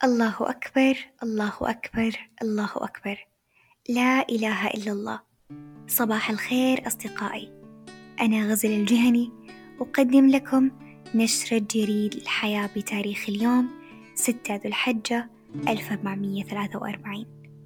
الله أكبر، الله أكبر، الله أكبر، لا إله إلا الله. صباح الخير أصدقائي، أنا غزل الجهني أقدم لكم نشرة جريد الحياة بتاريخ اليوم 6 ذو الحجة 1443.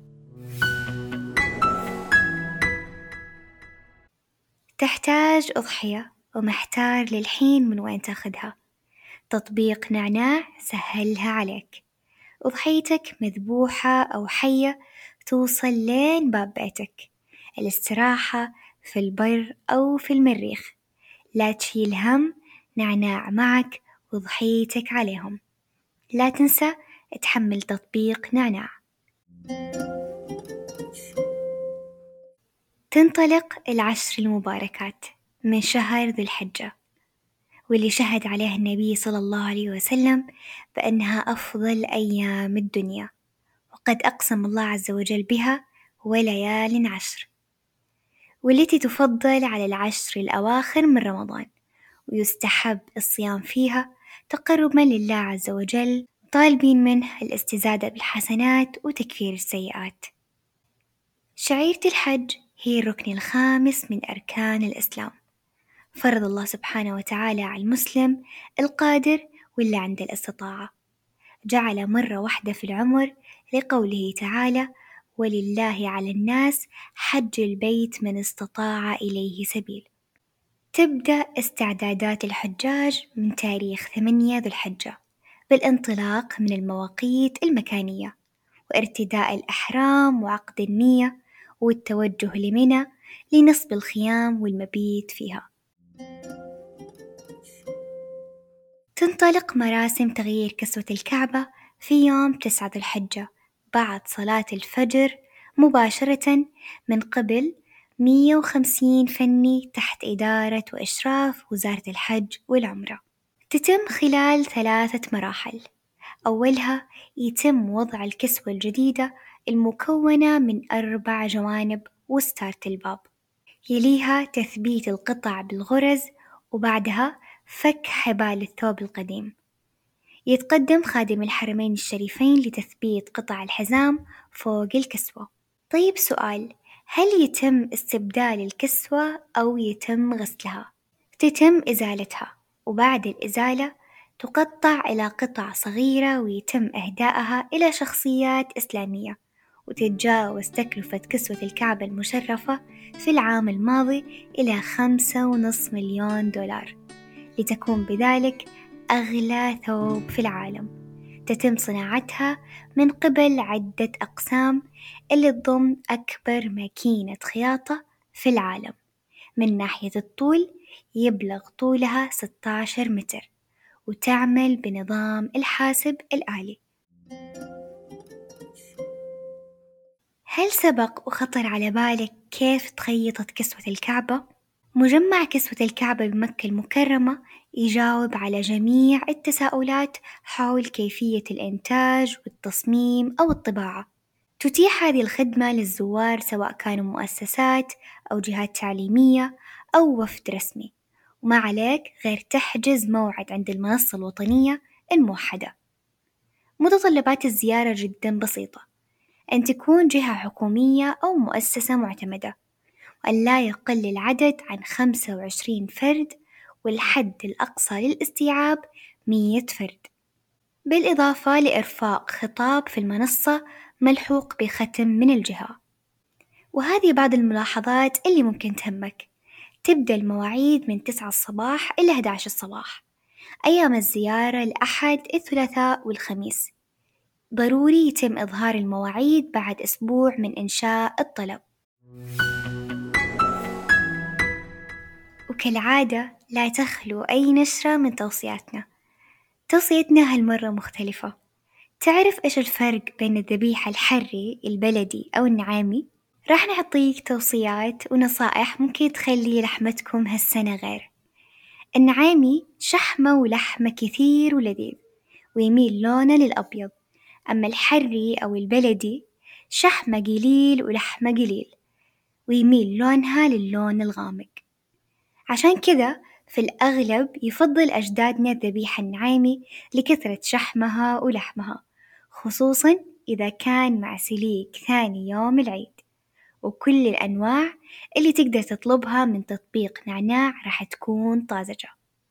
تحتاج أضحية ومحتار للحين من وين تاخدها. تطبيق نعناع سهلها عليك. أضحيتك مذبوحة أو حية توصل لين باب بيتك. الاستراحة في البر أو في المريخ، لا تشيل هم، نعناع معك وضحيتك عليهم. لا تنسى تحمل تطبيق نعناع. تنطلق العشر المباركات من شهر ذو الحجة، واللي شهد عليها النبي صلى الله عليه وسلم بأنها أفضل أيام الدنيا، وقد أقسم الله عز وجل بها وليال عشر، والتي تفضل على العشر الأواخر من رمضان، ويستحب الصيام فيها تقربا لله عز وجل، طالبين منه الاستزادة بالحسنات وتكفير السيئات. شعيرة الحج هي الركن الخامس من أركان الإسلام، فرض الله سبحانه وتعالى على المسلم القادر واللي عنده الاستطاعة، جعل مرة واحدة في العمر لقوله تعالى: ولله على الناس حج البيت من استطاع إليه سبيل. تبدأ استعدادات الحجاج من تاريخ 8 ذو الحجة بالانطلاق من المواقيت المكانية، وارتداء الأحرام وعقد النية والتوجه لمنى لنصب الخيام والمبيت فيها. تنطلق مراسم تغيير كسوة الكعبة في يوم 9 ذو الحجة بعد صلاة الفجر مباشرة من قبل 150 فني تحت إدارة وإشراف وزارة الحج والعمرة. تتم خلال 3 مراحل. أولها يتم وضع الكسوة الجديدة المكونة من 4 جوانب وستارة الباب، يليها تثبيت القطع بالغرز، وبعدها فك حبال الثوب القديم. يتقدم خادم الحرمين الشريفين لتثبيت قطع الحزام فوق الكسوة. طيب سؤال، هل يتم استبدال الكسوة أو يتم غسلها؟ تتم إزالتها، وبعد الإزالة تقطع إلى قطع صغيرة ويتم إهدائها إلى شخصيات إسلامية، وتتجاوز تكلفة كسوة الكعبة المشرفة في العام الماضي إلى 5.5 مليون دولار، لتكون بذلك أغلى ثوب في العالم. تتم صناعتها من قبل عدة أقسام اللي تضم أكبر ماكينة خياطة في العالم. من ناحية الطول يبلغ طولها 16 متر، وتعمل بنظام الحاسب الآلي. هل سبق وخطر على بالك كيف تخيطت كسوة الكعبة؟ مجمع كسوة الكعبة بمكة المكرمة يجاوب على جميع التساؤلات حول كيفية الإنتاج والتصميم أو الطباعة. تتيح هذه الخدمة للزوار سواء كانوا مؤسسات أو جهات تعليمية أو وفد رسمي، وما عليك غير تحجز موعد عند المنصة الوطنية الموحدة. متطلبات الزيارة جدا بسيطة: أن تكون جهة حكومية أو مؤسسة معتمدة، وأن لا يقل العدد عن 25 فرد، والحد الأقصى للاستيعاب 100 فرد، بالإضافة لإرفاق خطاب في المنصة ملحوق بختم من الجهة. وهذه بعض الملاحظات اللي ممكن تهمك. تبدأ المواعيد من 9 الصباح إلى 11 الصباح. أيام الزيارة الأحد، الثلاثاء والخميس. ضروري يتم إظهار المواعيد بعد أسبوع من إنشاء الطلب. وكالعادة لا تخلو أي نشرة من توصياتنا. توصيتنا هالمرة مختلفة. تعرف إيش الفرق بين الذبيحة الحري البلدي أو النعامي؟ راح نعطيك توصيات ونصائح ممكن تخلي لحمتكم هالسنة غير. النعامي شحمة ولحمة كثير ولذيذ، ويميل لونه للأبيض. أما الحري أو البلدي شحمة قليل ولحمة قليل، ويميل لونها للون الغامق. عشان كذا في الأغلب يفضل أجدادنا الذبيحة النعامي لكثرة شحمها ولحمها، خصوصا إذا كان مع سليك ثاني يوم العيد، وكل الأنواع اللي تقدر تطلبها من تطبيق نعناع راح تكون طازجة.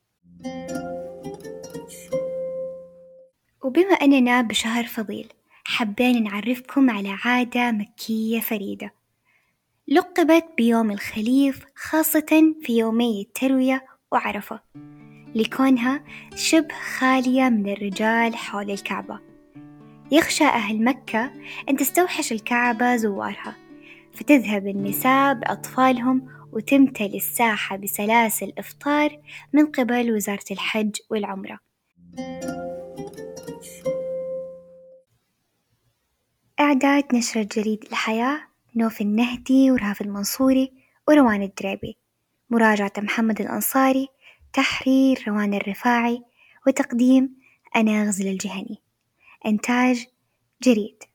وبما أننا بشهر فضيل، حبينا نعرفكم على عادة مكية فريدة لقبت بيوم الخليف، خاصة في يومي التروية وعرفة، لكونها شبه خالية من الرجال حول الكعبة. يخشى أهل مكة أن تستوحش الكعبة زوارها، فتذهب النساء بأطفالهم وتمتلي الساحة بسلاسل إفطار من قبل وزارة الحج والعمرة. إعداد نشرة جريدة الحياة نوف النهدي ورهف المنصوري وروان الدريبي، مراجعة محمد الأنصاري، تحرير روان الرفاعي، وتقديم أنا غزل الجهني. إنتاج جريد.